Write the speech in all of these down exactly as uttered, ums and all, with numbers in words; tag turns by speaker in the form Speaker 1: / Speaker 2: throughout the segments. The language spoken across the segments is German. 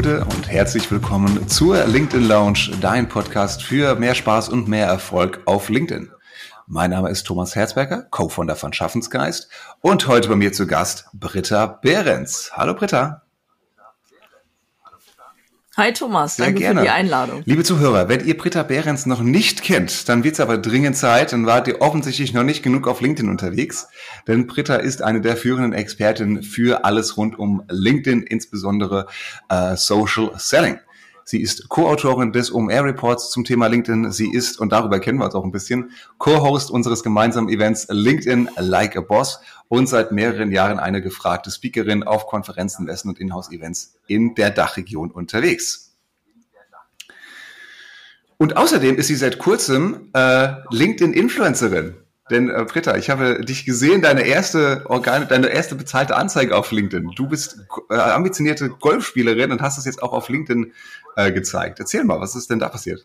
Speaker 1: Gude und herzlich willkommen zur LinkedIn Lounge, dein Podcast für mehr Spaß und mehr Erfolg auf LinkedIn. Mein Name ist Thomas Herzberger, Co-Founder von Schaffensgeist und heute bei mir zu Gast Britta Behrens. Hallo Britta.
Speaker 2: Hi Thomas,
Speaker 1: Sehr
Speaker 2: danke
Speaker 1: gerne.
Speaker 2: für die Einladung.
Speaker 1: Liebe Zuhörer, wenn ihr Britta Behrens noch nicht kennt, dann wird es aber dringend Zeit, dann wart ihr offensichtlich noch nicht genug auf LinkedIn unterwegs, denn Britta ist eine der führenden Expertinnen für alles rund um LinkedIn, insbesondere äh, Social Selling. Sie ist Co-Autorin des O M R Reports zum Thema LinkedIn. Sie ist, und darüber kennen wir uns auch ein bisschen, Co-Host unseres gemeinsamen Events LinkedIn Like a Boss und seit mehreren Jahren eine gefragte Speakerin auf Konferenzen, Messen und Inhouse-Events in der Dachregion unterwegs. Und außerdem ist sie seit kurzem äh, LinkedIn-Influencerin. Denn äh, Britta, ich habe dich gesehen, deine erste Organ- deine erste bezahlte Anzeige auf LinkedIn. Du bist äh, ambitionierte Golfspielerin und hast es jetzt auch auf LinkedIn äh, gezeigt. Erzähl mal, was ist denn da passiert?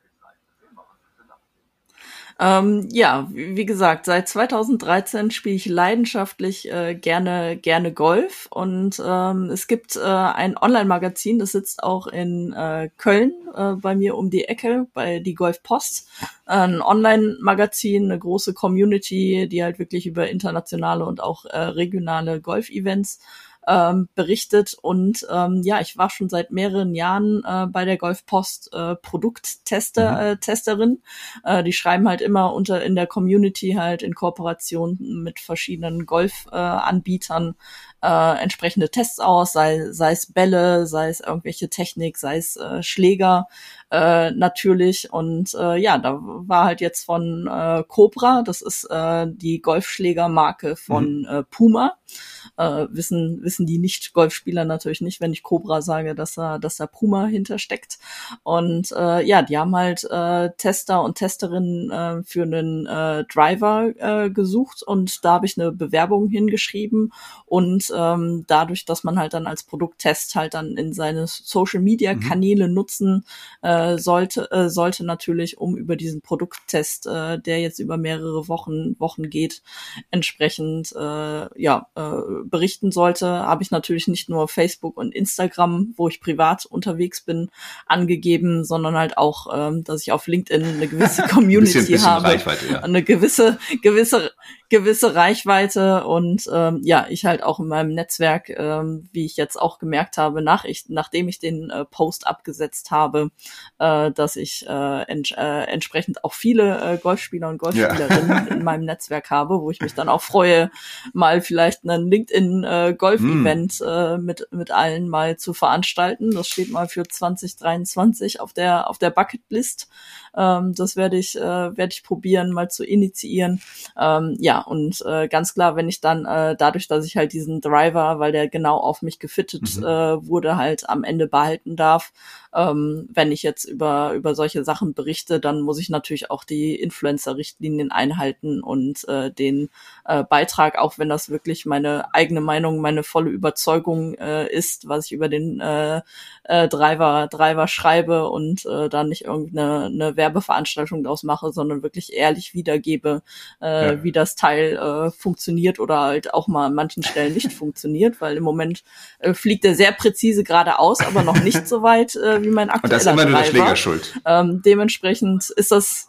Speaker 2: Ähm, ja, wie, wie gesagt, seit zweitausenddreizehn spiele ich leidenschaftlich äh, gerne gerne Golf und ähm, es gibt äh, ein Online-Magazin, das sitzt auch in äh, Köln äh, bei mir um die Ecke, bei die Golf Post. Ein Online-Magazin, eine große Community, die halt wirklich über internationale und auch äh, regionale Golf-Events ähm, berichtet. Und ähm, ja, ich war schon seit mehreren Jahren äh, bei der Golf Post äh, Produkttester, mhm. äh, Testerin. Äh, die schreiben halt immer unter in der Community halt in Kooperation mit verschiedenen Golf-Anbietern äh, entsprechende Tests aus, sei, sei es Bälle, sei es irgendwelche Technik, sei es äh, Schläger äh, natürlich. Und äh, ja, da war halt jetzt von äh, Cobra, das ist äh, die Golfschlägermarke von mhm. äh, Puma. Äh, wissen wissen die Nicht-Golfspieler natürlich nicht, wenn ich Cobra sage, dass da dass da Puma hintersteckt. Und äh, ja, die haben halt äh, Tester und Testerinnen äh, für einen äh, Driver äh, gesucht und da habe ich eine Bewerbung hingeschrieben und ähm, dadurch, dass man halt dann als Produkttest halt dann in seine Social-Media-Kanäle mhm. nutzen äh, sollte, äh, sollte natürlich, um über diesen Produkttest, äh, der jetzt über mehrere Wochen Wochen geht, entsprechend äh, ja äh, berichten sollte, habe ich natürlich nicht nur Facebook und Instagram, wo ich privat unterwegs bin, angegeben, sondern halt auch, ähm, dass ich auf LinkedIn eine gewisse Community
Speaker 1: bisschen, bisschen
Speaker 2: habe,
Speaker 1: Reichweite, ja.
Speaker 2: eine gewisse gewisse gewisse Reichweite und ähm, ja, ich halt auch in meinem Netzwerk, ähm, wie ich jetzt auch gemerkt habe, nach ich, nachdem ich den äh, Post abgesetzt habe, äh, dass ich äh, ents- äh, entsprechend auch viele äh, Golfspieler und Golfspielerinnen ja. in meinem Netzwerk habe, wo ich mich dann auch freue, mal vielleicht einen LinkedIn-Golf-Event äh, mm. äh, mit mit allen mal zu veranstalten. Das steht mal für zwanzig dreiundzwanzig auf der auf der Bucketlist. Ähm, das werde ich äh, werde ich probieren, mal zu initiieren. Ähm, ja, und äh, ganz klar, wenn ich dann äh, dadurch, dass ich halt diesen Driver, weil der genau auf mich gefittet mhm. äh, wurde, halt am Ende behalten darf, ähm, wenn ich jetzt über über solche Sachen berichte, dann muss ich natürlich auch die Influencer-Richtlinien einhalten und äh, den äh, Beitrag, auch wenn das wirklich meine eigene Meinung, meine volle Überzeugung äh, ist, was ich über den äh, äh, Driver Driver schreibe und äh, dann nicht irgendeine eine Werbeveranstaltung daraus mache, sondern wirklich ehrlich wiedergebe, äh, ja. wie das Teil äh, funktioniert oder halt auch mal an manchen Stellen nicht funktioniert, weil im Moment äh, fliegt er sehr präzise geradeaus, aber noch nicht so weit äh, wie mein aktueller Driver. Und das ist immer nur der Schläger schuld. Ähm, dementsprechend ist das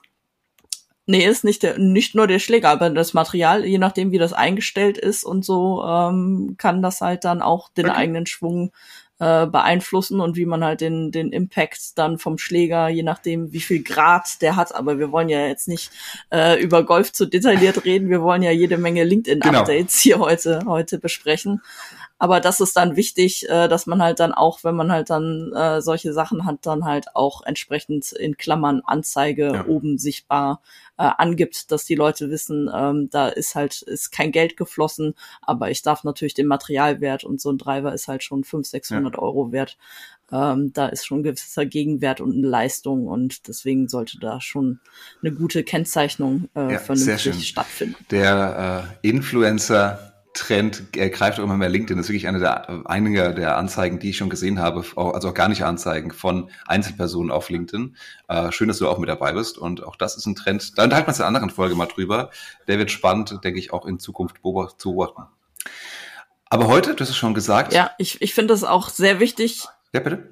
Speaker 2: Nee, ist nicht der, nicht nur der Schläger, aber das Material, je nachdem wie das eingestellt ist und so, ähm, kann das halt dann auch den okay. eigenen Schwung äh, beeinflussen und wie man halt den den Impact dann vom Schläger, je nachdem wie viel Grad der hat. Aber wir wollen ja jetzt nicht äh, über Golf zu detailliert reden, wir wollen ja jede Menge LinkedIn-Updates genau. hier heute heute besprechen. Aber das ist dann wichtig, äh, dass man halt dann auch, wenn man halt dann äh, solche Sachen hat, dann halt auch entsprechend in Klammern Anzeige ja. oben sichtbar äh, angibt, dass die Leute wissen, ähm, da ist halt ist kein Geld geflossen, aber ich darf natürlich den Materialwert und so ein Driver ist halt schon fünfhundert, sechshundert ja. Euro wert. Ähm, da ist schon ein gewisser Gegenwert und eine Leistung und deswegen sollte da schon eine gute Kennzeichnung äh, ja, vernünftig stattfinden.
Speaker 1: Der äh, Influencer Trend ergreift auch immer mehr LinkedIn. Das ist wirklich eine der, einige der Anzeigen, die ich schon gesehen habe, also organische Anzeigen von Einzelpersonen auf LinkedIn. Äh, schön, dass du auch mit dabei bist. Und auch das ist ein Trend. Da unterhalten wir uns in einer anderen Folge mal drüber. Der wird spannend, denke ich, auch in Zukunft zu beobachten. Aber heute, du hast es schon gesagt.
Speaker 2: Ja, ich, ich finde das auch sehr wichtig.
Speaker 1: Ja, bitte.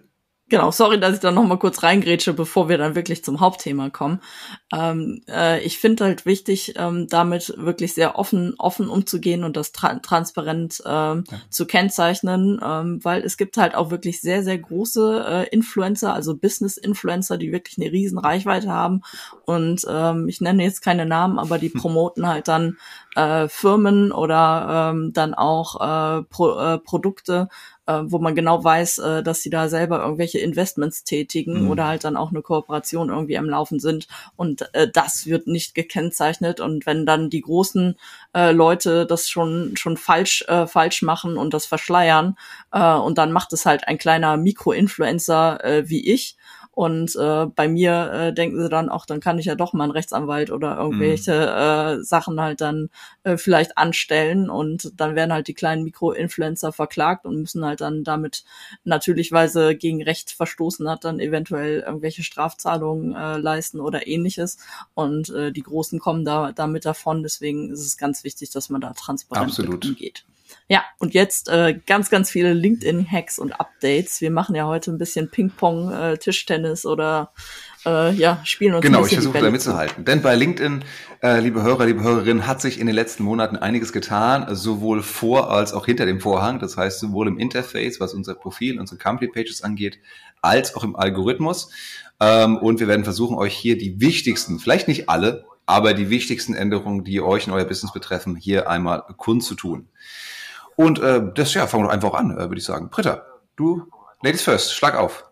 Speaker 2: Genau, sorry, dass ich da noch mal kurz reingrätsche, bevor wir dann wirklich zum Hauptthema kommen. Ähm, äh, ich finde halt wichtig, ähm, damit wirklich sehr offen offen umzugehen und das tra- transparent ähm, ja. zu kennzeichnen, ähm, weil es gibt halt auch wirklich sehr, sehr große äh, Influencer, also Business-Influencer, die wirklich eine riesen Reichweite haben und ähm, ich nenne jetzt keine Namen, aber die promoten halt dann äh, Firmen oder ähm, dann auch äh, Pro, äh, Produkte, wo man genau weiß, dass sie da selber irgendwelche Investments tätigen mhm. oder halt dann auch eine Kooperation irgendwie am Laufen sind und äh, das wird nicht gekennzeichnet und wenn dann die großen äh, Leute das schon schon falsch äh, falsch machen und das verschleiern äh, und dann macht es halt ein kleiner Mikro-Influencer äh, wie ich und äh, bei mir äh, denken sie dann auch, dann kann ich ja doch mal einen Rechtsanwalt oder irgendwelche mm. äh, Sachen halt dann äh, vielleicht anstellen und dann werden halt die kleinen Mikro-Influencer verklagt und müssen halt dann damit natürlich, weil sie gegen Recht verstoßen hat, dann eventuell irgendwelche Strafzahlungen äh, leisten oder ähnliches und äh, die Großen kommen da damit davon, deswegen ist es ganz wichtig, dass man da transparent mit umgeht. Ja, und jetzt äh, ganz, ganz viele LinkedIn-Hacks und Updates. Wir machen ja heute ein bisschen Ping-Pong, äh, Tischtennis oder äh, ja, spielen uns
Speaker 1: genau,
Speaker 2: ein bisschen
Speaker 1: ich versuche da mitzuhalten. Denn bei LinkedIn, äh, liebe Hörer, liebe Hörerinnen, hat sich in den letzten Monaten einiges getan, sowohl vor als auch hinter dem Vorhang. Das heißt, sowohl im Interface, was unser Profil, unsere Company-Pages angeht, als auch im Algorithmus. Ähm, und wir werden versuchen, euch hier die wichtigsten, vielleicht nicht alle, aber die wichtigsten Änderungen, die euch und euer Business betreffen, hier einmal kundzutun. Und äh, das, ja, fangen wir doch einfach an, äh, würde ich sagen. Britta, du, Ladies first, schlag auf.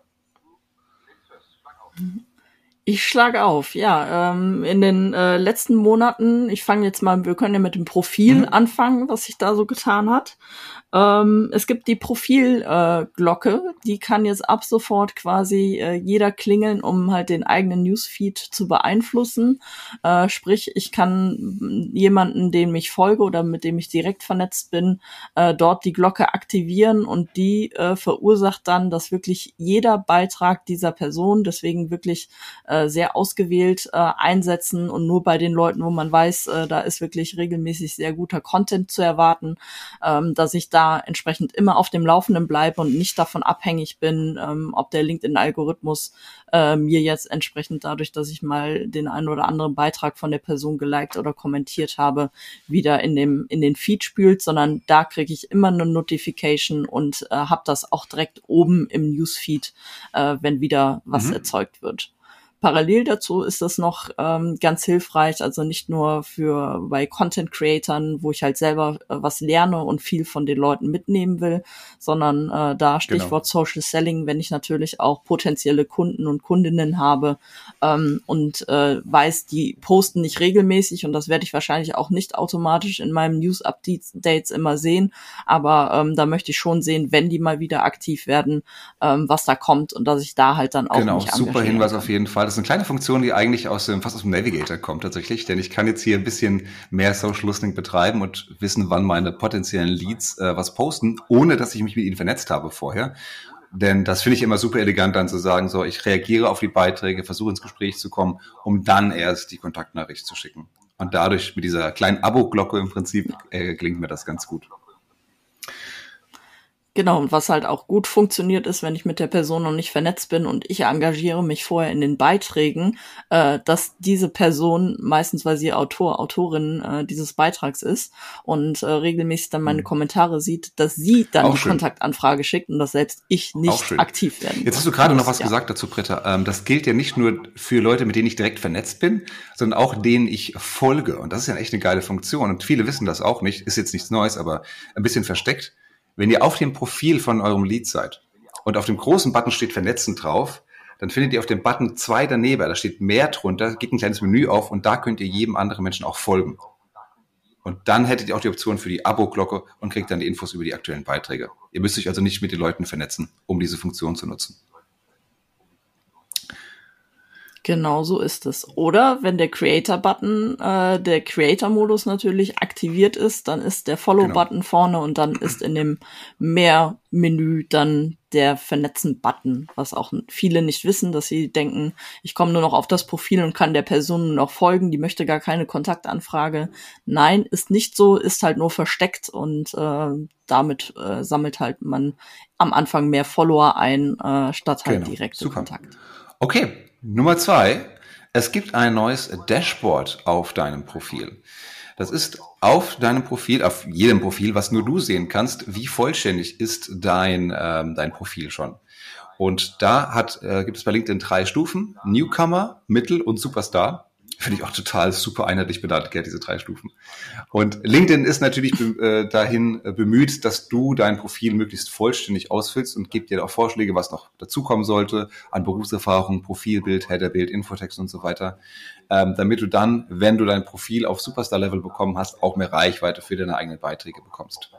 Speaker 2: Ich schlage auf, ja. Ähm, in den äh, letzten Monaten, ich fange jetzt mal, wir können ja mit dem Profil mhm. anfangen, was sich da so getan hat. Ähm, es gibt die Profilglocke, äh, die kann jetzt ab sofort quasi äh, jeder klingeln, um halt den eigenen Newsfeed zu beeinflussen. Äh, sprich, ich kann jemanden, dem ich folge oder mit dem ich direkt vernetzt bin, äh, dort die Glocke aktivieren und die äh, verursacht dann, dass wirklich jeder Beitrag dieser Person, deswegen wirklich äh, sehr ausgewählt äh, einsetzen und nur bei den Leuten, wo man weiß, äh, da ist wirklich regelmäßig sehr guter Content zu erwarten, ähm, dass ich da entsprechend immer auf dem Laufenden bleibe und nicht davon abhängig bin, ähm, ob der LinkedIn-Algorithmus äh, mir jetzt entsprechend dadurch, dass ich mal den einen oder anderen Beitrag von der Person geliked oder kommentiert habe, wieder in dem in den Feed spült, sondern da kriege ich immer eine Notification und äh, habe das auch direkt oben im Newsfeed, äh, wenn wieder was mhm. erzeugt wird. Parallel dazu ist das noch ähm, ganz hilfreich, also nicht nur für bei Content-Creatern, wo ich halt selber äh, was lerne und viel von den Leuten mitnehmen will, sondern äh, da Stichwort genau. Social Selling, wenn ich natürlich auch potenzielle Kunden und Kundinnen habe ähm, und äh, weiß, die posten nicht regelmäßig und das werde ich wahrscheinlich auch nicht automatisch in meinem News-Updates immer sehen, aber ähm, da möchte ich schon sehen, wenn die mal wieder aktiv werden, ähm, was da kommt und dass ich da halt dann auch
Speaker 1: genau,
Speaker 2: mich engagiere.
Speaker 1: Genau, super Hinweis auf jeden Fall. Das ist eine kleine Funktion, die eigentlich aus dem, fast aus dem Navigator kommt tatsächlich, denn ich kann jetzt hier ein bisschen mehr Social Listening betreiben und wissen, wann meine potenziellen Leads äh, was posten, ohne dass ich mich mit ihnen vernetzt habe vorher. Denn das finde ich immer super elegant, dann zu sagen, so, ich reagiere auf die Beiträge, versuche ins Gespräch zu kommen, um dann erst die Kontaktnachricht zu schicken. Und dadurch mit dieser kleinen Abo-Glocke im Prinzip äh, gelingt mir das ganz gut.
Speaker 2: Genau, und was halt auch gut funktioniert ist, wenn ich mit der Person noch nicht vernetzt bin und ich engagiere mich vorher in den Beiträgen, äh, dass diese Person, meistens weil sie Autor, Autorin äh, dieses Beitrags ist und äh, regelmäßig dann meine Kommentare sieht, dass sie dann auch die schön. Kontaktanfrage schickt und dass selbst ich nicht aktiv werden
Speaker 1: Jetzt hast du gerade noch was ja. gesagt dazu, Britta. Ähm, das gilt ja nicht nur für Leute, mit denen ich direkt vernetzt bin, sondern auch denen ich folge. Und das ist ja echt eine geile Funktion. Und viele wissen das auch nicht, ist jetzt nichts Neues, aber ein bisschen versteckt. Wenn ihr auf dem Profil von eurem Lead seid und auf dem großen Button steht Vernetzen drauf, dann findet ihr auf dem Button zwei daneben, da steht mehr drunter, geht ein kleines Menü auf und da könnt ihr jedem anderen Menschen auch folgen. Und dann hättet ihr auch die Option für die Abo-Glocke und kriegt dann die Infos über die aktuellen Beiträge. Ihr müsst euch also nicht mit den Leuten vernetzen, um diese Funktion zu nutzen.
Speaker 2: Genau so ist es. Oder wenn der Creator-Button, äh, der Creator-Modus natürlich aktiviert ist, dann ist der Follow-Button genau. vorne und dann ist in dem Mehr-Menü dann der Vernetzen-Button, was auch viele nicht wissen, dass sie denken, ich komme nur noch auf das Profil und kann der Person nur noch folgen, die möchte gar keine Kontaktanfrage. Nein, ist nicht so, ist halt nur versteckt und äh, damit äh, sammelt halt man am Anfang mehr Follower ein, äh, statt halt
Speaker 1: genau.
Speaker 2: direkte
Speaker 1: Super.
Speaker 2: Kontakt.
Speaker 1: Okay, Nummer zwei. Es gibt ein neues Dashboard auf deinem Profil. Das ist auf deinem Profil, auf jedem Profil, was nur du sehen kannst, wie vollständig ist dein, ähm, dein Profil schon. Und da hat, äh, gibt es bei LinkedIn drei Stufen: Newcomer, Mittel und Superstar. Finde ich auch total super einheitlich benannt, gell, diese drei Stufen. Und LinkedIn ist natürlich be- äh, dahin äh, bemüht, dass du dein Profil möglichst vollständig ausfüllst und gibt dir auch Vorschläge, was noch dazukommen sollte an Berufserfahrung, Profilbild, Headerbild, Infotext und so weiter, ähm, damit du dann, wenn du dein Profil auf Superstar-Level bekommen hast, auch mehr Reichweite für deine eigenen Beiträge bekommst.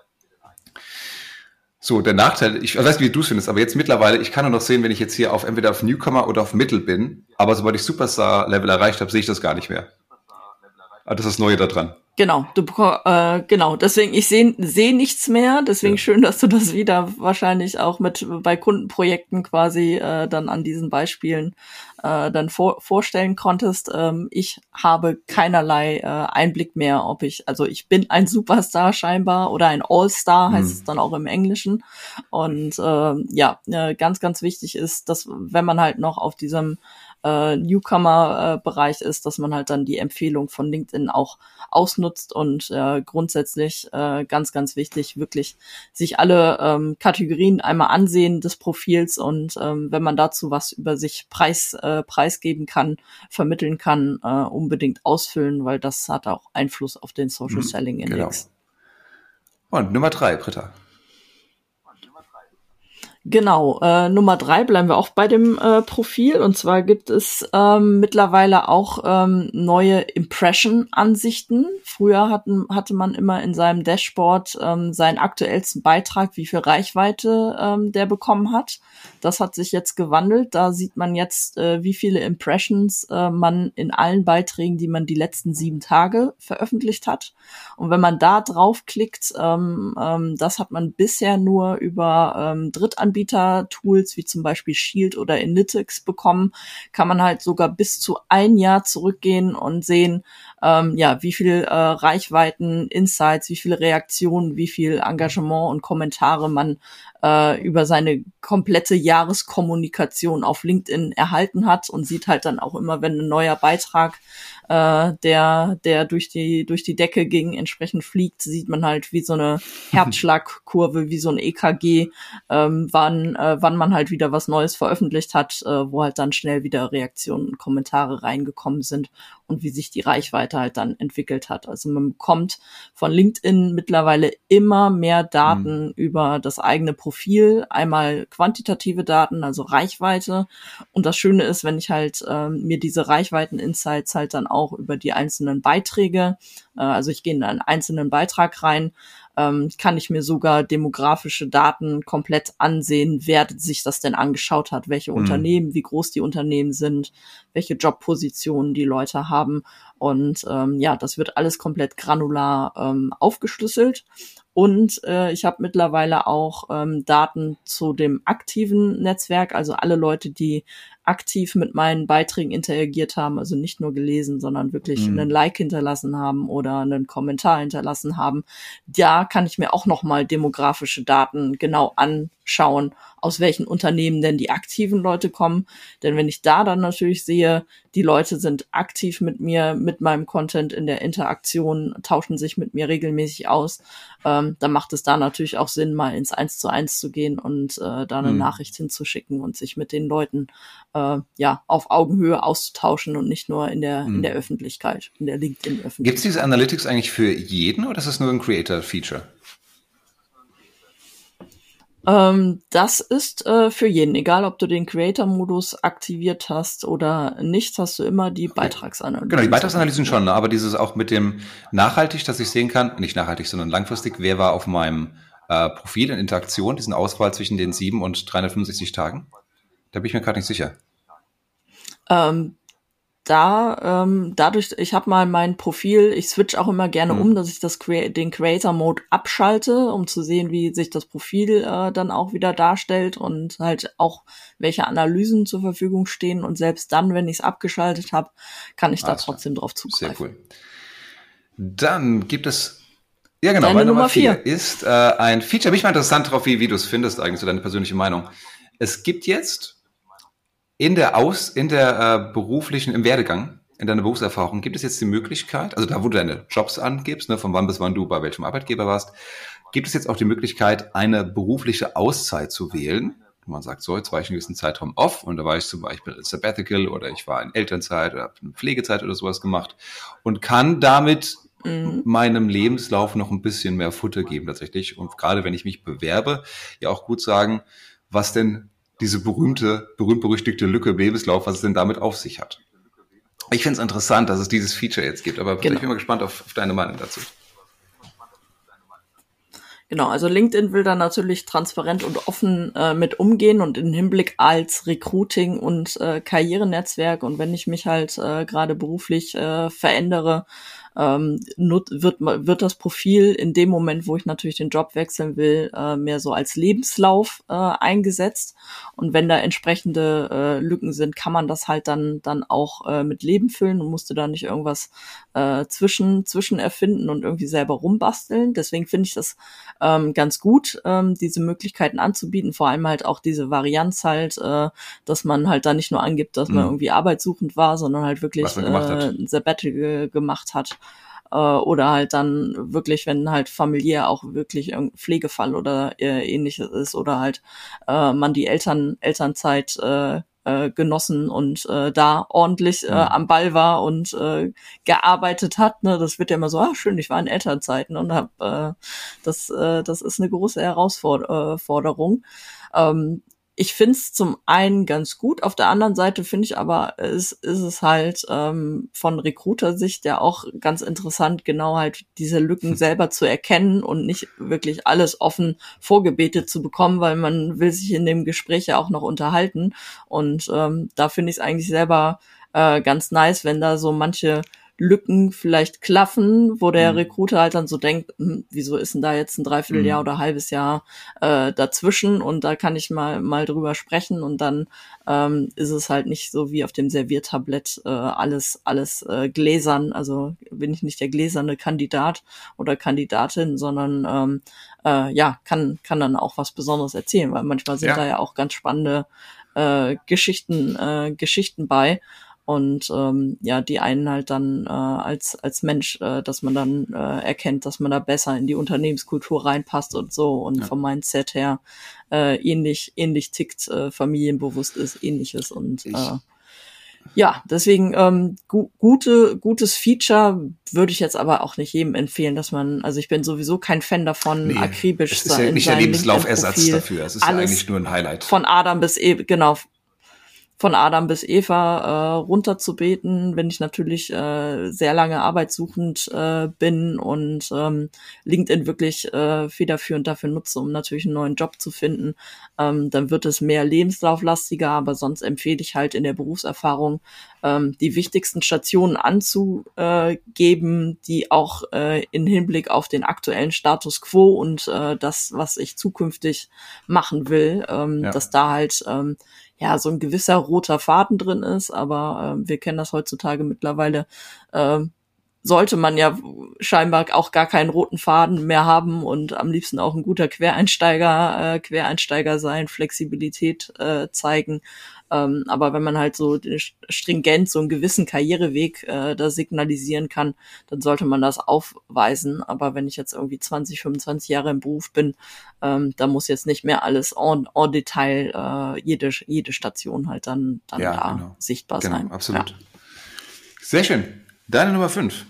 Speaker 1: So, der Nachteil, ich weiß nicht, wie du es findest, aber jetzt mittlerweile, ich kann nur noch sehen, wenn ich jetzt hier auf entweder auf Newcomer oder auf Mittel bin, aber sobald ich Superstar-Level erreicht habe, sehe ich das gar nicht mehr. Ah, das ist das Neue da dran.
Speaker 2: Genau, du äh, genau, deswegen, ich sehe seh nichts mehr, deswegen ja. Schön, dass du das wieder wahrscheinlich auch mit bei Kundenprojekten quasi äh, dann an diesen Beispielen äh, dann vor, vorstellen konntest. Ähm, ich habe keinerlei äh, Einblick mehr, ob ich, also ich bin ein Superstar scheinbar oder ein All-Star, heißt hm. es dann auch im Englischen. Und äh, ja, äh, ganz, ganz wichtig ist, dass wenn man halt noch auf diesem äh, Newcomer-Bereich ist, dass man halt dann die Empfehlung von LinkedIn auch ausnutzt und äh, grundsätzlich äh, ganz, ganz wichtig, wirklich sich alle ähm, Kategorien einmal ansehen des Profils und ähm, wenn man dazu was über sich preis, äh, preisgeben kann, vermitteln kann, äh, unbedingt ausfüllen, weil das hat auch Einfluss auf den Social Selling Index.
Speaker 1: Genau. Und Nummer drei, Britta.
Speaker 2: Genau, äh, Nummer drei bleiben wir auch bei dem äh, Profil und zwar gibt es ähm, mittlerweile auch ähm, neue Impression-Ansichten. Früher hatten, hatte man immer in seinem Dashboard ähm, seinen aktuellsten Beitrag, wie viel Reichweite ähm, der bekommen hat. Das hat sich jetzt gewandelt. Da sieht man jetzt, äh, wie viele Impressions äh, man in allen Beiträgen, die man die letzten sieben Tage veröffentlicht hat. Und wenn man da draufklickt, ähm, ähm, das hat man bisher nur über ähm, Drittanbieter Tools wie zum Beispiel Shield oder Analytics bekommen, kann man halt sogar bis zu ein Jahr zurückgehen und sehen, ähm, ja, wie viel äh, Reichweiten, Insights, wie viele Reaktionen, wie viel Engagement und Kommentare man äh, über seine komplette Jahreskommunikation auf LinkedIn erhalten hat und sieht halt dann auch immer, wenn ein neuer Beitrag äh, der der durch die durch die Decke ging, entsprechend fliegt, sieht man halt wie so eine Herzschlagkurve, wie so ein E K G, ähm, wann äh, wann man halt wieder was Neues veröffentlicht hat, äh, wo halt dann schnell wieder Reaktionen und Kommentare reingekommen sind und wie sich die Reichweite halt dann entwickelt hat. Also man bekommt von LinkedIn mittlerweile immer mehr Daten mhm. über das eigene Profil, einmal quantitative Daten, also Reichweite. Und das Schöne ist, wenn ich halt äh, mir diese Reichweiten-Insights halt dann auch über die einzelnen Beiträge, äh, also ich gehe in einen einzelnen Beitrag rein, ähm, kann ich mir sogar demografische Daten komplett ansehen, wer sich das denn angeschaut hat, welche mhm. Unternehmen, wie groß die Unternehmen sind, welche Jobpositionen die Leute haben. Und ähm, ja, das wird alles komplett granular ähm, aufgeschlüsselt. Und äh, ich habe mittlerweile auch ähm, Daten zu dem aktiven Netzwerk, also alle Leute, die aktiv mit meinen Beiträgen interagiert haben, also nicht nur gelesen, sondern wirklich mhm. einen Like hinterlassen haben oder einen Kommentar hinterlassen haben. Da kann ich mir auch nochmal demografische Daten genau anschauen, aus welchen Unternehmen denn die aktiven Leute kommen. Denn wenn ich da dann natürlich sehe, die Leute sind aktiv mit mir, mit meinem Content in der Interaktion, tauschen sich mit mir regelmäßig aus, ähm, dann macht es da natürlich auch Sinn, mal ins Eins zu Eins zu gehen und äh, da eine mhm. Nachricht hinzuschicken und sich mit den Leuten äh, ja auf Augenhöhe auszutauschen und nicht nur in der mhm. in der Öffentlichkeit, in der LinkedIn-Öffentlichkeit.
Speaker 1: Gibt es diese Analytics eigentlich für jeden oder ist das nur ein Creator-Feature?
Speaker 2: Ähm, das ist äh, für jeden, egal ob du den Creator-Modus aktiviert hast oder nicht, hast du immer die Beitragsanalyse.
Speaker 1: Genau, die Beitragsanalysen schon, ne? Aber dieses auch mit dem nachhaltig, dass ich sehen kann, nicht nachhaltig, sondern langfristig, wer war auf meinem äh, Profil in Interaktion, diesen Auswahl zwischen den sieben und dreihundertfünfundsechzig Tagen? Da bin ich mir gerade nicht sicher.
Speaker 2: Ähm, da ähm, dadurch, ich habe mal mein Profil, ich switch auch immer gerne mhm. um, dass ich das den Creator Mode abschalte, um zu sehen, wie sich das Profil äh, dann auch wieder darstellt und halt auch welche Analysen zur Verfügung stehen. Und selbst dann, wenn ich es abgeschaltet habe, kann ich Alles da trotzdem klar. drauf zugreifen.
Speaker 1: Sehr cool. Dann gibt es ja genau,
Speaker 2: deine
Speaker 1: meine
Speaker 2: Nummer
Speaker 1: Nummer vier,
Speaker 2: vier
Speaker 1: ist äh, ein Feature. Bin ich mal interessant drauf, wie, wie du es findest eigentlich, so deine persönliche Meinung. Es gibt jetzt In der Aus, in der äh, beruflichen, im Werdegang, in deiner Berufserfahrung, gibt es jetzt die Möglichkeit, also da, wo du deine Jobs angibst, ne, von wann bis wann du bei welchem Arbeitgeber warst, gibt es jetzt auch die Möglichkeit, eine berufliche Auszeit zu wählen. Man sagt so, jetzt war ich einen gewissen Zeitraum off und da war ich zum Beispiel in Sabbatical oder ich war in Elternzeit oder habe eine Pflegezeit oder sowas gemacht und kann damit mhm. meinem Lebenslauf noch ein bisschen mehr Futter geben tatsächlich. Und gerade wenn ich mich bewerbe, ja auch gut sagen, was denn diese berühmte, berühmt-berüchtigte Lücke im Lebenslauf, was es denn damit auf sich hat. Ich finde es interessant, dass es dieses Feature jetzt gibt, aber genau. Ich bin mal gespannt auf, auf deine Meinung dazu.
Speaker 2: Genau, also LinkedIn will da natürlich transparent und offen äh, mit umgehen und im Hinblick als Recruiting und äh, Karrierenetzwerk und wenn ich mich halt äh, gerade beruflich äh, verändere, ähm, nut- wird wird das Profil in dem Moment, wo ich natürlich den Job wechseln will, äh, mehr so als Lebenslauf äh, eingesetzt und wenn da entsprechende äh, Lücken sind, kann man das halt dann dann auch äh, mit Leben füllen und musste da nicht irgendwas äh, zwischen zwischen erfinden und irgendwie selber rumbasteln. Deswegen finde ich das ähm, ganz gut, ähm, diese Möglichkeiten anzubieten, vor allem halt auch diese Varianz halt, äh, dass man halt da nicht nur angibt, dass man mhm. irgendwie arbeitssuchend war, sondern halt wirklich äh, ein Sabbatical gemacht hat. Oder halt dann wirklich, wenn halt familiär auch wirklich ein Pflegefall oder äh, ähnliches ist oder halt äh, man die Eltern Elternzeit äh, äh, genossen und äh, da ordentlich äh, am Ball war und äh, gearbeitet hat. Ne, das wird ja immer so, ah schön, ich war in Elternzeiten und hab äh, das äh, das ist eine große Herausforderung. Ähm, Ich finde es zum einen ganz gut, auf der anderen Seite finde ich aber, ist, ist es halt ähm, von Recruiter-Sicht ja auch ganz interessant, genau halt diese Lücken selber zu erkennen und nicht wirklich alles offen vorgebetet zu bekommen, weil man will sich in dem Gespräch ja auch noch unterhalten und ähm, da finde ich es eigentlich selber äh, ganz nice, wenn da so manche Lücken vielleicht klaffen, wo der mhm. Recruiter halt dann so denkt, hm, wieso ist denn da jetzt ein Dreivierteljahr mhm. oder ein halbes Jahr äh, dazwischen und da kann ich mal mal drüber sprechen und dann ähm, ist es halt nicht so wie auf dem Serviertablett äh, alles alles äh, gläsern, also bin ich nicht der gläserne Kandidat oder Kandidatin, sondern ähm, äh, ja, kann kann dann auch was Besonderes erzählen, weil manchmal sind ja. da ja auch ganz spannende äh, Geschichten äh, Geschichten bei. Und ähm, ja, die einen halt dann äh, als als Mensch, äh, dass man dann äh, erkennt, dass man da besser in die Unternehmenskultur reinpasst und so und ja. vom Mindset her äh, ähnlich ähnlich tickt, äh, familienbewusst ist, ähnliches und ich. äh, ja, deswegen ähm, gu- gute gutes Feature würde ich jetzt aber auch nicht jedem empfehlen, dass man, also ich bin sowieso kein Fan davon,
Speaker 1: nee,
Speaker 2: akribisch
Speaker 1: es ist ja nicht der Lebenslaufersatz dafür, es ist ja eigentlich nur ein Highlight.
Speaker 2: Von Adam bis E, genau. von Adam bis Eva äh, runterzubeten, wenn ich natürlich äh, sehr lange arbeitssuchend äh, bin und ähm, LinkedIn wirklich äh, federführend dafür nutze, um natürlich einen neuen Job zu finden, ähm, dann wird es mehr lebenslauflastiger, aber sonst empfehle ich halt in der Berufserfahrung ähm, die wichtigsten Stationen anzugeben, die auch äh, in Hinblick auf den aktuellen Status quo und äh, das, was ich zukünftig machen will, ähm, ja. dass da halt ähm, ja, so ein gewisser roter Faden drin ist, aber äh, wir kennen das heutzutage mittlerweile, äh, sollte man ja scheinbar auch gar keinen roten Faden mehr haben und am liebsten auch ein guter Quereinsteiger, äh, Quereinsteiger sein, Flexibilität äh, zeigen. Ähm, aber wenn man halt so stringent so einen gewissen Karriereweg äh, da signalisieren kann, dann sollte man das aufweisen. Aber wenn ich jetzt irgendwie zwanzig, fünfundzwanzig Jahre im Beruf bin, ähm, da muss jetzt nicht mehr alles en, en Detail, äh, jede, jede Station halt dann, dann
Speaker 1: ja,
Speaker 2: da
Speaker 1: genau.
Speaker 2: sichtbar
Speaker 1: genau,
Speaker 2: sein.
Speaker 1: Absolut.
Speaker 2: Ja.
Speaker 1: Sehr schön. Deine Nummer fünf.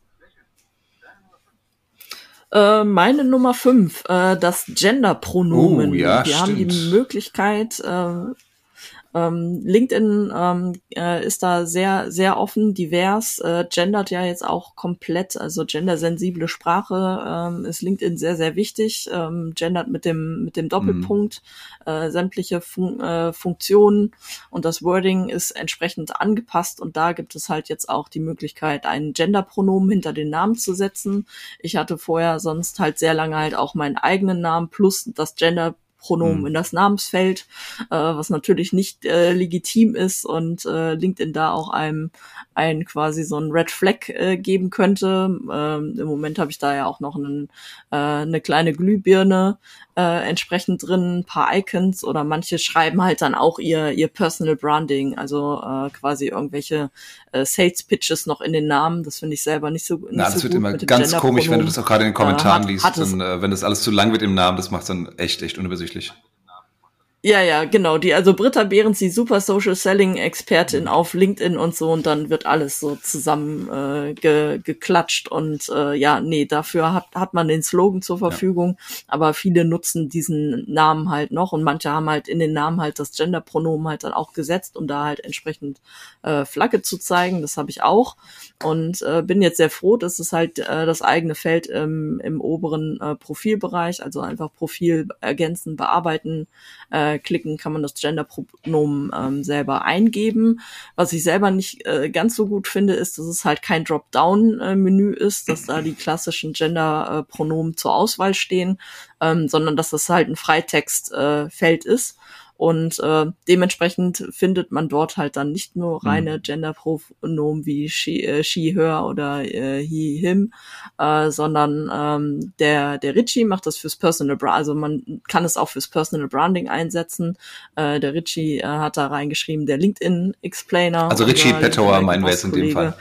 Speaker 2: Äh, meine Nummer fünf, äh, das Genderpronomen.
Speaker 1: Oh, ja,
Speaker 2: Wir
Speaker 1: stimmt.
Speaker 2: haben die Möglichkeit, äh, Ähm, LinkedIn ähm, äh, ist da sehr, sehr offen, divers, äh, gendert ja jetzt auch komplett, also gendersensible Sprache ähm, ist LinkedIn sehr, sehr wichtig, ähm, gendert mit dem mit dem Doppelpunkt, mhm. äh, sämtliche Fun- äh, Funktionen und das Wording ist entsprechend angepasst und da gibt es halt jetzt auch die Möglichkeit, ein Genderpronomen hinter den Namen zu setzen. Ich hatte vorher sonst halt sehr lange halt auch meinen eigenen Namen plus das Gender Pronomen hm. in das Namensfeld, äh, was natürlich nicht äh, legitim ist und äh, LinkedIn da auch einem ein quasi so ein Red Flag äh, geben könnte. Ähm, Im Moment habe ich da ja auch noch einen, äh, eine kleine Glühbirne äh, entsprechend drin, ein paar Icons oder manche schreiben halt dann auch ihr ihr Personal Branding, also äh, quasi irgendwelche äh, Sales Pitches noch in den Namen. Das finde ich selber nicht so nicht
Speaker 1: Na, das
Speaker 2: so
Speaker 1: wird
Speaker 2: gut
Speaker 1: immer
Speaker 2: mit dem
Speaker 1: ganz komisch, wenn du das auch gerade in den Kommentaren
Speaker 2: äh, hat,
Speaker 1: liest,
Speaker 2: hat
Speaker 1: dann, äh, wenn das alles zu lang wird im Namen, das macht dann echt echt unübersichtlich.
Speaker 2: Ja, ja, genau. Die, also Britta Behrens, die super Social Selling Expertin mhm. auf LinkedIn und so, und dann wird alles so zusammen äh, ge, geklatscht und äh, ja, nee, dafür hat hat man den Slogan zur Verfügung, ja. Aber viele nutzen diesen Namen halt noch und manche haben halt in den Namen halt das Genderpronomen halt dann auch gesetzt, um da halt entsprechend äh, Flagge zu zeigen. Das habe ich auch und äh, bin jetzt sehr froh, dass es halt äh, das eigene Feld im, im oberen äh, Profilbereich, also einfach Profil ergänzen, bearbeiten, äh, klicken, kann man das Genderpronomen ähm, selber eingeben. Was ich selber nicht äh, ganz so gut finde, ist, dass es halt kein Dropdown-Menü ist, dass da die klassischen Genderpronomen zur Auswahl stehen, ähm, sondern dass das halt ein Freitextfeld äh, ist. Und äh, dementsprechend findet man dort halt dann nicht nur reine Genderpronomen wie she, äh, she her oder äh, he, him, äh, sondern ähm, der der Richie macht das fürs Personal Branding, also man kann es auch fürs Personal Branding einsetzen. Äh, der Richie äh, hat da reingeschrieben, der LinkedIn Explainer.
Speaker 1: Also Richie Pettauer meinen wir jetzt in dem Fall.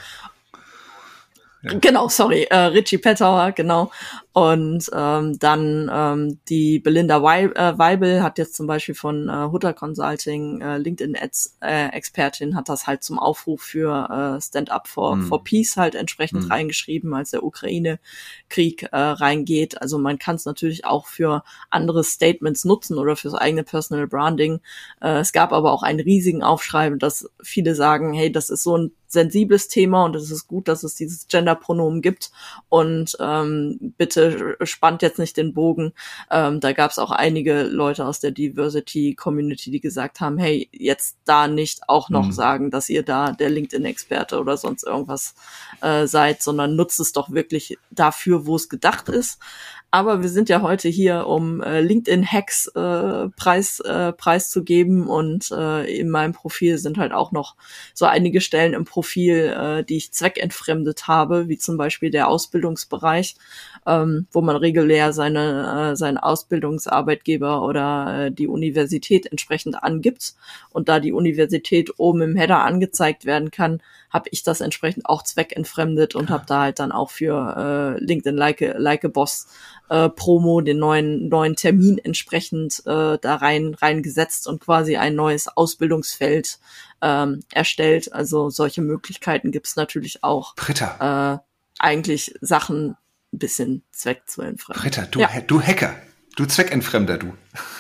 Speaker 2: Ja. Genau, sorry, äh, Richie Pettauer, genau. Und ähm, dann ähm, die Belinda Weibel hat jetzt zum Beispiel von äh, Hutter Consulting, äh, LinkedIn-Expertin, äh, hat das halt zum Aufruf für äh, Stand Up for, mm. for Peace halt entsprechend mm. reingeschrieben, als der Ukraine-Krieg äh, reingeht. Also man kann es natürlich auch für andere Statements nutzen oder fürs eigene Personal Branding. Äh, es gab aber auch einen riesigen Aufschrei, dass viele sagen, hey, das ist so ein sensibles Thema und es ist gut, dass es dieses Genderpronomen gibt und ähm, bitte spannt jetzt nicht den Bogen. Ähm, da gab es auch einige Leute aus der Diversity-Community, die gesagt haben, hey, jetzt da nicht auch noch mhm. sagen, dass ihr da der LinkedIn-Experte oder sonst irgendwas äh, seid, sondern nutzt es doch wirklich dafür, wo es gedacht ist. Aber wir sind ja heute hier, um äh, LinkedIn-Hacks äh, preis, äh, preiszugeben und äh, in meinem Profil sind halt auch noch so einige Stellen im Profil, äh, die ich zweckentfremdet habe, wie zum Beispiel der Ausbildungsbereich, ähm, wo man regulär seine äh, seinen Ausbildungsarbeitgeber oder äh, die Universität entsprechend angibt und da die Universität oben im Header angezeigt werden kann, habe ich das entsprechend auch zweckentfremdet und habe da halt dann auch für äh, LinkedIn Like a, like a Boss äh, Promo den neuen neuen Termin entsprechend äh, da rein reingesetzt und quasi ein neues Ausbildungsfeld ähm, erstellt. Also solche Möglichkeiten gibt es natürlich auch.
Speaker 1: Britta.
Speaker 2: Äh, eigentlich Sachen ein bisschen zweckzuentfremden.
Speaker 1: Britta, du,
Speaker 2: ja.
Speaker 1: du Hacker, du Zweckentfremder, du.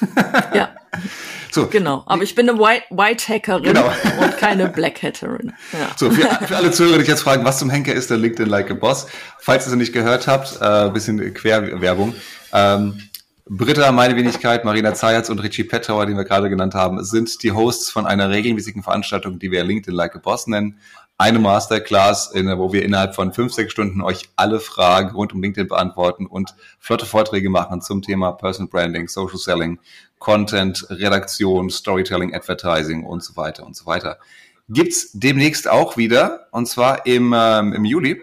Speaker 2: Ja. So, genau, aber ich bin eine White, White Hackerin genau. und keine Black Hackerin. Ja.
Speaker 1: So, für, für alle Zuhörer, die sich jetzt fragen, was zum Henker ist der LinkedIn Like a Boss, falls ihr es nicht gehört habt, äh, bisschen Querwerbung. Ähm, Britta, meine Wenigkeit, Marina Zayatz und Richie Pettauer, den wir gerade genannt haben, sind die Hosts von einer regelmäßigen Veranstaltung, die wir LinkedIn Like a Boss nennen. Eine Masterclass, in, wo wir innerhalb von fünf, sechs Stunden euch alle Fragen rund um LinkedIn beantworten und flotte Vorträge machen zum Thema Personal Branding, Social Selling, Content, Redaktion, Storytelling, Advertising und so weiter und so weiter. Gibt's demnächst auch wieder, und zwar im, ähm, im Juli.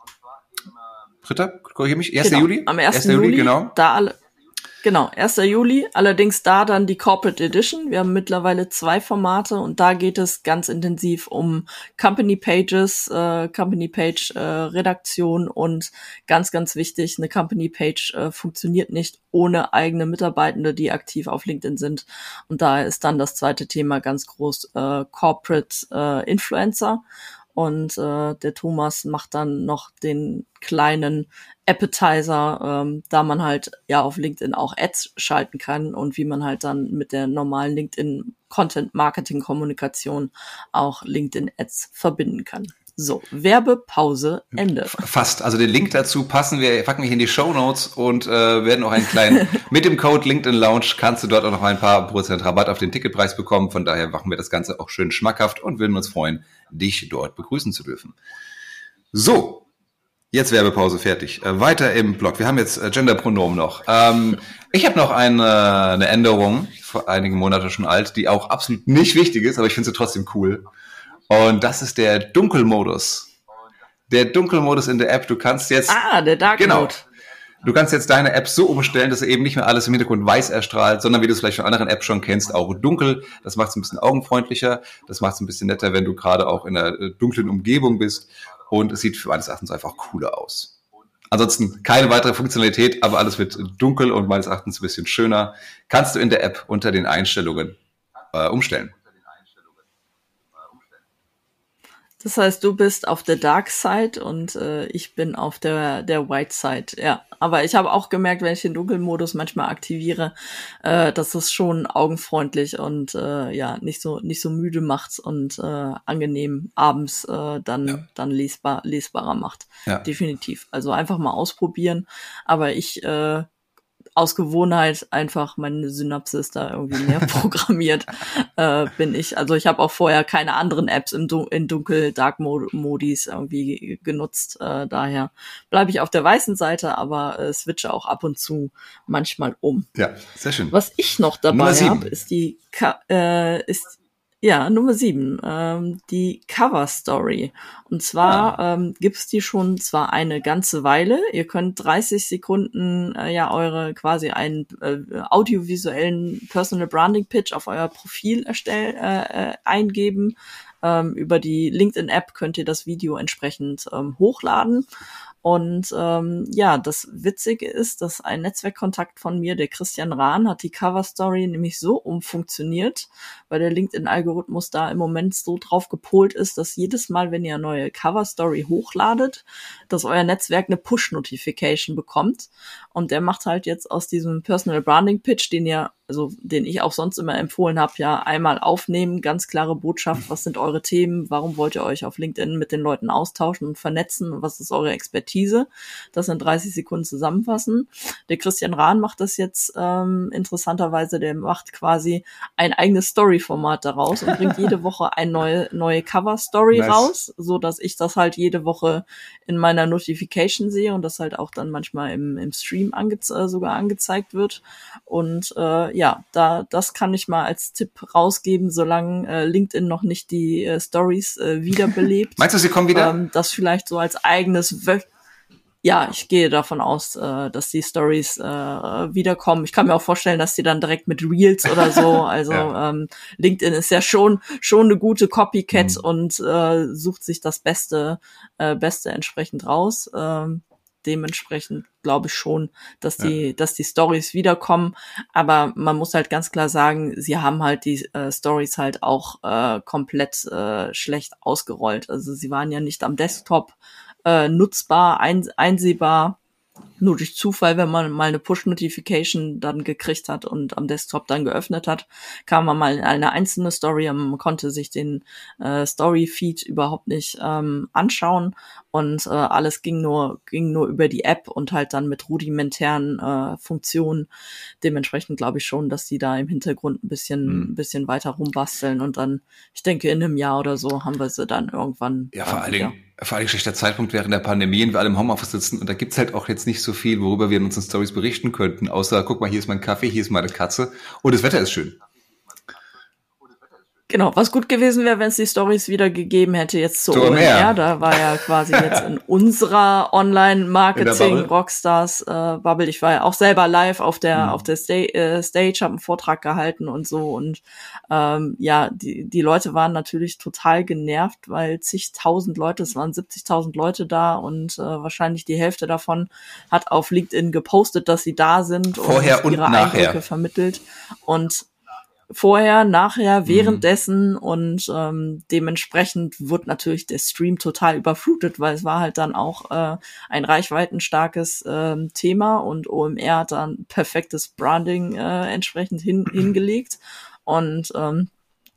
Speaker 1: Britta, korrigiere mich, erster
Speaker 2: Genau,
Speaker 1: Juli?
Speaker 2: Am ersten Juli, genau. Da alle. Genau, erster Juli, allerdings da dann die Corporate Edition. Wir haben mittlerweile zwei Formate und da geht es ganz intensiv um Company Pages, äh, Company Page äh, Redaktion und ganz, ganz wichtig, eine Company Page äh, funktioniert nicht ohne eigene Mitarbeitende, die aktiv auf LinkedIn sind. Und da ist dann das zweite Thema ganz groß, äh, Corporate äh, Influencer. Und äh, der Thomas macht dann noch den kleinen Appetizer, ähm, da man halt ja auf LinkedIn auch Ads schalten kann und wie man halt dann mit der normalen LinkedIn Content-Marketing-Kommunikation auch LinkedIn-Ads verbinden kann. So, Werbepause, Ende.
Speaker 1: Fast. Also den Link dazu passen wir, packen wir hier in die Shownotes und äh, werden auch einen kleinen, mit dem Code LinkedIn Lounge kannst du dort auch noch ein paar Prozent Rabatt auf den Ticketpreis bekommen. Von daher machen wir das Ganze auch schön schmackhaft und würden uns freuen, dich dort begrüßen zu dürfen. So, jetzt Werbepause fertig. Äh, weiter im Blog. Wir haben jetzt äh, Genderpronomen noch. Ähm, ich habe noch eine, eine Änderung, vor einigen Monaten schon alt, die auch absolut nicht wichtig ist, aber ich finde sie trotzdem cool. Und das ist der Dunkelmodus. Der Dunkelmodus in der App. Du kannst jetzt...
Speaker 2: Ah, der Dark
Speaker 1: genau,
Speaker 2: Mode.
Speaker 1: Du kannst jetzt deine App so umstellen, dass eben nicht mehr alles im Hintergrund weiß erstrahlt, sondern wie du es vielleicht von anderen Apps schon kennst, auch dunkel. Das macht es ein bisschen augenfreundlicher. Das macht es ein bisschen netter, wenn du gerade auch in einer dunklen Umgebung bist. Und es sieht meines Erachtens einfach cooler aus. Ansonsten keine weitere Funktionalität, aber alles wird dunkel und meines Erachtens ein bisschen schöner. Kannst du in der App unter den Einstellungen äh, umstellen.
Speaker 2: Das heißt, du bist auf der Dark Side und äh, ich bin auf der der White Side. Ja, aber ich habe auch gemerkt, wenn ich den Dunkelmodus manchmal aktiviere, äh, dass es schon augenfreundlich und äh, ja nicht so nicht so müde macht und äh, angenehm abends äh, dann ja. dann lesbar lesbarer macht. Ja. Definitiv. Also einfach mal ausprobieren. Aber ich äh, aus Gewohnheit einfach meine Synapsis da irgendwie mehr programmiert äh, bin ich. Also ich habe auch vorher keine anderen Apps im Dun- in Dunkel-Dark-Modis irgendwie genutzt. Äh, daher bleibe ich auf der weißen Seite, aber äh, switche auch ab und zu manchmal um.
Speaker 1: Ja, sehr schön.
Speaker 2: Was ich noch dabei habe, ist die Ka- äh, ist Ja, Nummer sieben, ähm, die Cover Story. Und zwar ah. ähm, gibt's die schon zwar eine ganze Weile. Ihr könnt dreißig Sekunden äh, ja eure quasi einen äh, audiovisuellen Personal Branding Pitch auf euer Profil erstellen, äh, äh, eingeben. Ähm, über die LinkedIn-App könnt ihr das Video entsprechend ähm, hochladen. Und ähm, ja, das Witzige ist, dass ein Netzwerkkontakt von mir, der Christian Rahn, hat die Cover-Story nämlich so umfunktioniert, weil der LinkedIn-Algorithmus da im Moment so drauf gepolt ist, dass jedes Mal, wenn ihr eine neue Cover-Story hochladet, dass euer Netzwerk eine Push-Notification bekommt. Und der macht halt jetzt aus diesem Personal Branding Pitch, den ihr also den ich auch sonst immer empfohlen habe, ja, einmal aufnehmen, ganz klare Botschaft, was sind eure Themen, warum wollt ihr euch auf LinkedIn mit den Leuten austauschen und vernetzen, was ist eure Expertise, das in dreißig Sekunden zusammenfassen. Der Christian Rahn macht das jetzt ähm, interessanterweise, der macht quasi ein eigenes Story-Format daraus und bringt jede Woche eine neue, neue Cover-Story nice. raus, so dass ich das halt jede Woche in meiner Notification sehe und das halt auch dann manchmal im, im Stream ange- äh, sogar angezeigt wird. Und äh, ja, da das kann ich mal als Tipp rausgeben, solange äh, LinkedIn noch nicht die äh, Stories äh, wiederbelebt.
Speaker 1: Meinst du, sie kommen wieder?
Speaker 2: Ähm, das vielleicht so als eigenes Wö- Ja, ich gehe davon aus, äh, dass die Stories äh, wiederkommen. Ich kann mir auch vorstellen, dass die dann direkt mit Reels oder so, also ja. ähm, LinkedIn ist ja schon schon eine gute Copycat mhm. und äh, sucht sich das Beste äh, Beste entsprechend raus. Ähm, dementsprechend glaube ich schon, dass die, ja. dass die Stories wiederkommen. Aber man muss halt ganz klar sagen, sie haben halt die äh, Stories halt auch äh, komplett äh, schlecht ausgerollt. Also sie waren ja nicht am Desktop äh, nutzbar, ein, einsehbar. Nur durch Zufall, wenn man mal eine Push-Notification dann gekriegt hat und am Desktop dann geöffnet hat, kam man mal in eine einzelne Story, man konnte sich den äh, Story-Feed überhaupt nicht ähm, anschauen und äh, alles ging nur ging nur über die App und halt dann mit rudimentären äh, Funktionen. Dementsprechend glaube ich schon, dass die da im Hintergrund ein bisschen mhm. ein bisschen weiter rumbasteln und dann, ich denke, in einem Jahr oder so haben wir sie dann irgendwann.
Speaker 1: Ja, vor allen Dingen vor allem schlechter Zeitpunkt während der Pandemie, wenn wir alle im Homeoffice sitzen und da gibt's halt auch jetzt nicht so viel, worüber wir in unseren Stories berichten könnten, außer, guck mal, hier ist mein Kaffee, hier ist meine Katze und das Wetter ist schön.
Speaker 2: Genau, was gut gewesen wäre, wenn es die Stories wieder gegeben hätte, jetzt zu O M R. Da war ja quasi jetzt in unserer Online-Marketing-Rockstars äh, Bubble. Ich war ja auch selber live auf der mhm. auf der Sta- äh, Stage, habe einen Vortrag gehalten und so. Und ähm, ja, die die Leute waren natürlich total genervt, weil zigtausend Leute, es waren siebzigtausend Leute da und äh, wahrscheinlich die Hälfte davon hat auf LinkedIn gepostet, dass sie da sind
Speaker 1: Vorher
Speaker 2: und ihre
Speaker 1: und nachher.
Speaker 2: Eindrücke vermittelt. Und vorher, nachher, währenddessen mhm. und ähm, dementsprechend wird natürlich der Stream total überflutet, weil es war halt dann auch äh, ein reichweitenstarkes ähm, Thema und O M R hat dann perfektes Branding äh, entsprechend hin, hingelegt und ähm,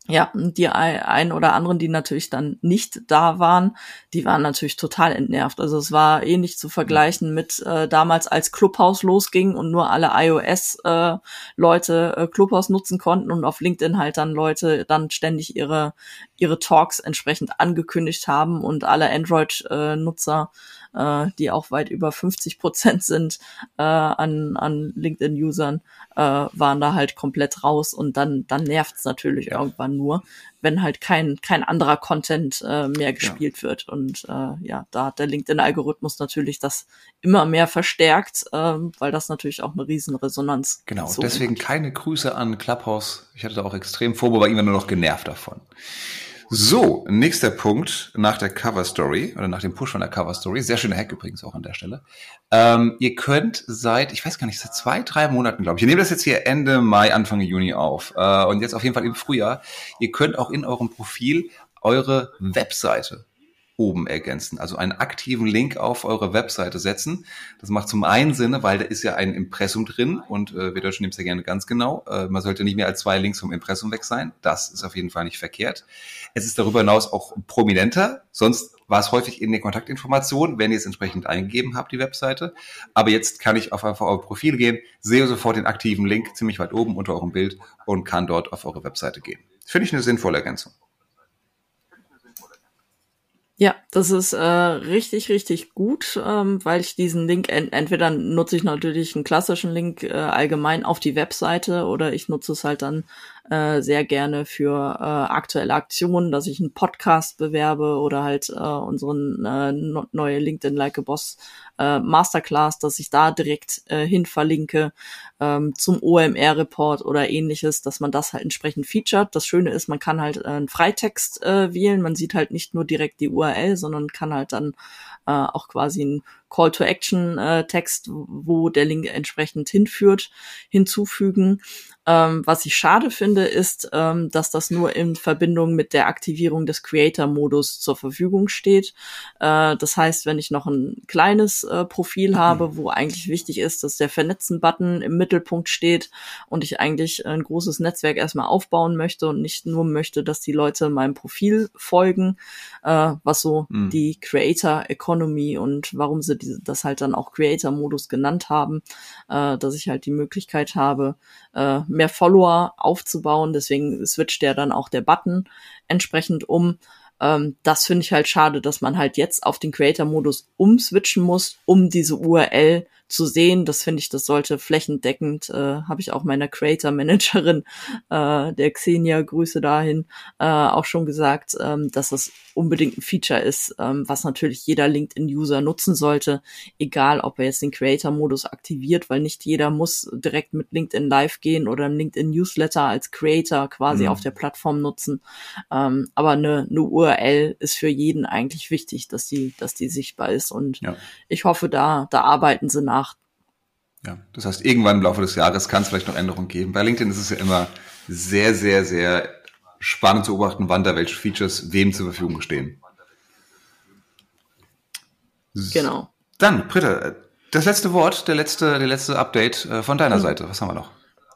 Speaker 2: Ja, und die ein oder anderen, die natürlich dann nicht da waren, die waren natürlich total entnervt. Also es war ähnlich zu vergleichen mit äh, damals, als Clubhouse losging und nur alle iOS-Leute äh, äh, Clubhouse nutzen konnten und auf LinkedIn halt dann Leute dann ständig ihre ihre Talks entsprechend angekündigt haben und alle Android-Nutzer, äh, die auch weit über fünfzig Prozent sind äh, an an LinkedIn-Usern, äh, waren da halt komplett raus und dann dann nervt's natürlich
Speaker 1: Ja.
Speaker 2: irgendwann nur, wenn halt kein kein anderer Content äh, mehr
Speaker 1: Genau.
Speaker 2: gespielt wird. Und äh, ja, da hat der LinkedIn-Algorithmus natürlich das immer mehr verstärkt, äh, weil das natürlich auch eine riesen Resonanz
Speaker 1: Genau,
Speaker 2: gezogen
Speaker 1: deswegen
Speaker 2: hat.
Speaker 1: keine Grüße an Clubhouse. Ich hatte da auch extrem Vorwurf, war irgendwann nur noch genervt davon. So, nächster Punkt nach der Cover Story oder nach dem Push von der Cover Story. Sehr schöner Hack übrigens auch an der Stelle. Ähm, ihr könnt seit, ich weiß gar nicht, seit zwei, drei Monaten, glaube ich. Ich nehme das jetzt hier Ende Mai, Anfang Juni auf. Äh, und jetzt auf jeden Fall im Frühjahr. Ihr könnt auch in eurem Profil eure Webseite oben ergänzen, also einen aktiven Link auf eure Webseite setzen. Das macht zum einen Sinn, weil da ist ja ein Impressum drin und äh, wir Deutschen nehmen es ja gerne ganz genau. Äh, man sollte nicht mehr als zwei Links vom Impressum weg sein. Das ist auf jeden Fall nicht verkehrt. Es ist darüber hinaus auch prominenter. Sonst war es häufig in den Kontaktinformationen, wenn ihr es entsprechend eingegeben habt, die Webseite. Aber jetzt kann ich auf einfach euer Profil gehen, sehe sofort den aktiven Link ziemlich weit oben unter eurem Bild und kann dort auf eure Webseite gehen. Finde ich eine sinnvolle Ergänzung.
Speaker 2: Ja, das ist äh, richtig, richtig gut, ähm, weil ich diesen Link, ent- entweder nutze ich natürlich einen klassischen Link äh, allgemein auf die Webseite oder ich nutze es halt dann äh, sehr gerne für äh, aktuelle Aktionen, dass ich einen Podcast bewerbe oder halt äh, unseren äh, no- neue LinkedIn Like a Boss äh, Masterclass, dass ich da direkt äh, hin verlinke ähm, zum O M R-Report oder ähnliches, dass man das halt entsprechend featured. Das Schöne ist, man kann halt äh, einen Freitext äh, wählen, man sieht halt nicht nur direkt die U R L, sondern kann halt dann äh, auch quasi einen Call-to-Action-Text, wo der Link entsprechend hinführt, hinzufügen. Ähm, was ich schade finde, ist, ähm, dass das nur in Verbindung mit der Aktivierung des Creator-Modus zur Verfügung steht. Äh, das heißt, wenn ich noch ein kleines äh, Profil habe, wo eigentlich wichtig ist, dass der Vernetzen-Button im Mittelpunkt steht und ich eigentlich ein großes Netzwerk erstmal aufbauen möchte und nicht nur möchte, dass die Leute meinem Profil folgen, äh, was so mhm. die Creator-Economy und warum sie die, das halt dann auch Creator-Modus genannt haben, äh, dass ich halt die Möglichkeit habe, äh, mehr Follower aufzubauen. Deswegen switcht ja dann auch der Button entsprechend um. Ähm, das finde ich halt schade, dass man halt jetzt auf den Creator-Modus umswitchen muss, um diese U R L zu sehen. Das finde ich, das sollte flächendeckend, äh, habe ich auch meiner Creator-Managerin, äh, der Xenia, Grüße dahin, äh, auch schon gesagt, ähm, dass das unbedingt ein Feature ist, ähm, was natürlich jeder LinkedIn-User nutzen sollte, egal ob er jetzt den Creator-Modus aktiviert, weil nicht jeder muss direkt mit LinkedIn Live gehen oder ein LinkedIn-Newsletter als Creator quasi mhm. auf der Plattform nutzen. Ähm, aber eine, eine U R L ist für jeden eigentlich wichtig, dass die, dass die sichtbar ist und ja. ich hoffe, da, da arbeiten sie nach.
Speaker 1: Ja, das heißt, irgendwann im Laufe des Jahres kann es vielleicht noch Änderungen geben. Bei LinkedIn ist es ja immer sehr, sehr, sehr spannend zu beobachten, wann da welche Features wem zur Verfügung stehen.
Speaker 2: Genau.
Speaker 1: Dann, Britta, das letzte Wort, der letzte, der letzte Update von deiner mhm. Seite. Was haben wir noch?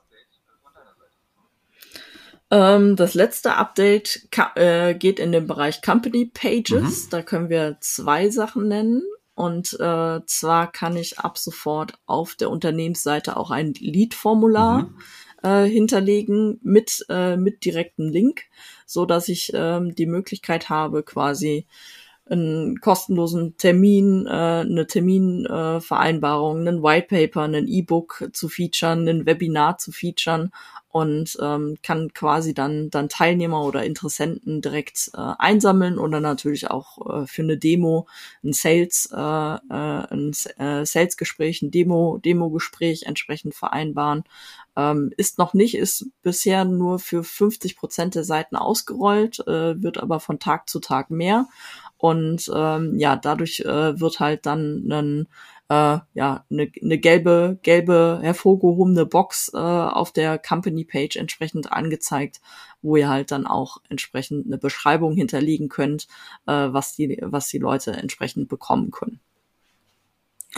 Speaker 2: Ähm, das letzte Update ka- äh, geht in den Bereich Company Pages. Mhm. Da können wir zwei Sachen nennen. Und äh, zwar kann ich ab sofort auf der Unternehmensseite auch ein Lead-Formular mhm. äh, hinterlegen mit äh, mit direktem Link, so dass ich ähm, die Möglichkeit habe, quasi einen kostenlosen Termin, äh, eine Terminvereinbarung, äh, einen Whitepaper, ein E-Book zu featuren, ein Webinar zu featuren und ähm, kann quasi dann dann Teilnehmer oder Interessenten direkt äh, einsammeln oder natürlich auch äh, für eine Demo ein Sales äh, äh, ein äh, Sales-Gespräch, ein Demo Demo-Gespräch entsprechend vereinbaren. Ähm, ist noch nicht, ist bisher nur für fünfzig Prozent der Seiten ausgerollt, äh, wird aber von Tag zu Tag mehr. Und ähm, ja, dadurch äh, wird halt dann ein äh, ja eine ne gelbe gelbe hervorgehobene Box äh, auf der Company Page entsprechend angezeigt, wo ihr halt dann auch entsprechend eine Beschreibung hinterlegen könnt, äh, was die was die Leute entsprechend bekommen können.
Speaker 1: Genau.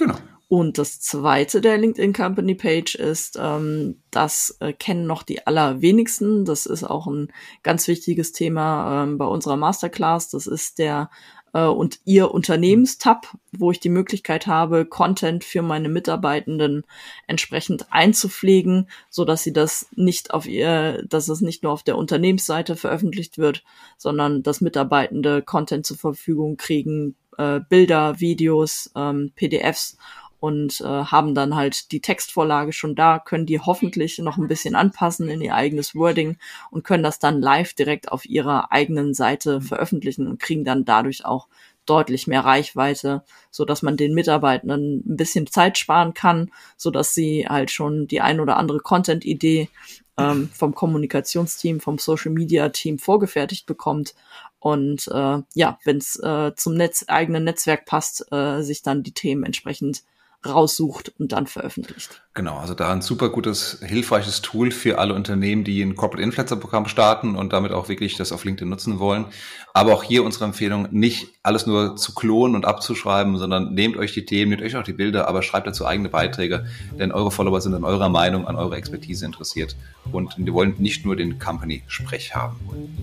Speaker 2: Und das zweite der LinkedIn Company Page ist, ähm, das äh, kennen noch die allerwenigsten. Das ist auch ein ganz wichtiges Thema ähm, bei unserer Masterclass. Das ist der äh, und ihr Unternehmenstab, wo ich die Möglichkeit habe, Content für meine Mitarbeitenden entsprechend einzupflegen, so dass sie das nicht auf ihr, dass es nicht nur auf der Unternehmensseite veröffentlicht wird, sondern dass Mitarbeitende Content zur Verfügung kriegen, äh, Bilder, Videos, ähm, P D Fs. Und äh, haben dann halt die Textvorlage schon da, können die hoffentlich noch ein bisschen anpassen in ihr eigenes Wording und können das dann live direkt auf ihrer eigenen Seite veröffentlichen und kriegen dann dadurch auch deutlich mehr Reichweite, so dass man den Mitarbeitenden ein bisschen Zeit sparen kann, so dass sie halt schon die ein oder andere Content-Idee ähm, vom Kommunikationsteam, vom Social-Media-Team vorgefertigt bekommt. Und äh, ja, wenn es äh, zum Netz, eigenen Netzwerk passt, äh, sich dann die Themen entsprechend raussucht und dann veröffentlicht.
Speaker 1: Genau, also da ein super gutes, hilfreiches Tool für alle Unternehmen, die ein Corporate Influencer Programm starten und damit auch wirklich das auf LinkedIn nutzen wollen. Aber auch hier unsere Empfehlung, nicht alles nur zu klonen und abzuschreiben, sondern nehmt euch die Themen, nehmt euch auch die Bilder, aber schreibt dazu eigene Beiträge, denn eure Follower sind an eurer Meinung, an eurer Expertise interessiert und wir wollen nicht nur den Company-Sprech haben.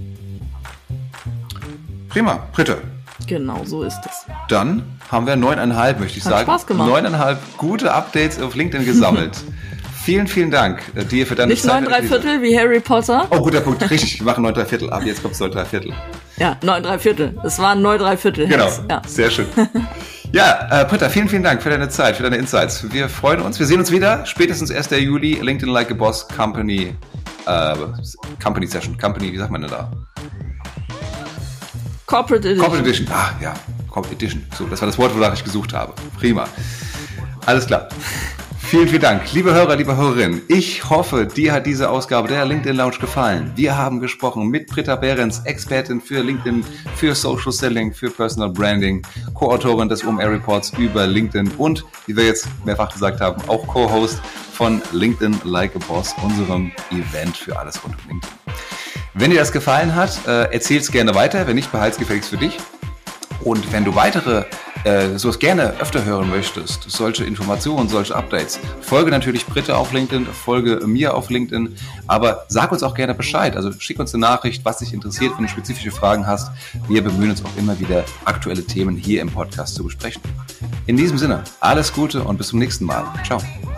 Speaker 1: Prima, Britta.
Speaker 2: Genau, so ist es.
Speaker 1: Dann haben wir neuneinhalb, möchte ich
Speaker 2: Hat
Speaker 1: sagen.
Speaker 2: Spaß gemacht.
Speaker 1: Neuneinhalb gute Updates auf LinkedIn gesammelt. Vielen, vielen Dank äh, dir für deine
Speaker 2: Nicht
Speaker 1: Zeit.
Speaker 2: Nicht neun drei Viertel wie Harry Potter.
Speaker 1: Oh, guter Punkt. Richtig, wir machen neun drei Viertel. Ab jetzt kommt neun drei Viertel.
Speaker 2: Ja, neun drei Viertel. Es waren neun drei Viertel.
Speaker 1: Genau,
Speaker 2: ja.
Speaker 1: Sehr schön. Ja, äh, Britta, vielen, vielen Dank für deine Zeit, für deine Insights. Wir freuen uns. Wir sehen uns wieder, spätestens ersten Juli, LinkedIn Like a Boss Company, äh, Company Session. Company, wie sagt man denn da?
Speaker 2: Corporate Edition.
Speaker 1: Corporate Edition. Ah, ja. Corporate Edition. So, das war das Wort, wonach ich gesucht habe. Prima. Alles klar. Vielen, vielen Dank. Liebe Hörer, liebe Hörerinnen, ich hoffe, dir hat diese Ausgabe der LinkedIn Lounge gefallen. Wir haben gesprochen mit Britta Behrens, Expertin für LinkedIn, für Social Selling, für Personal Branding, Co-Autorin des O M R Reports über LinkedIn und, wie wir jetzt mehrfach gesagt haben, auch Co-Host von LinkedIn Like a Boss, unserem Event für alles rund um LinkedIn. Wenn dir das gefallen hat, äh, erzähl's gerne weiter. Wenn nicht, behalt's gefälligst für dich. Und wenn du weitere, äh, sowas gerne öfter hören möchtest, solche Informationen, solche Updates, folge natürlich Britta auf LinkedIn, folge mir auf LinkedIn, aber sag uns auch gerne Bescheid. Also schick uns eine Nachricht, was dich interessiert, wenn du spezifische Fragen hast. Wir bemühen uns auch immer wieder, aktuelle Themen hier im Podcast zu besprechen. In diesem Sinne, alles Gute und bis zum nächsten Mal. Ciao.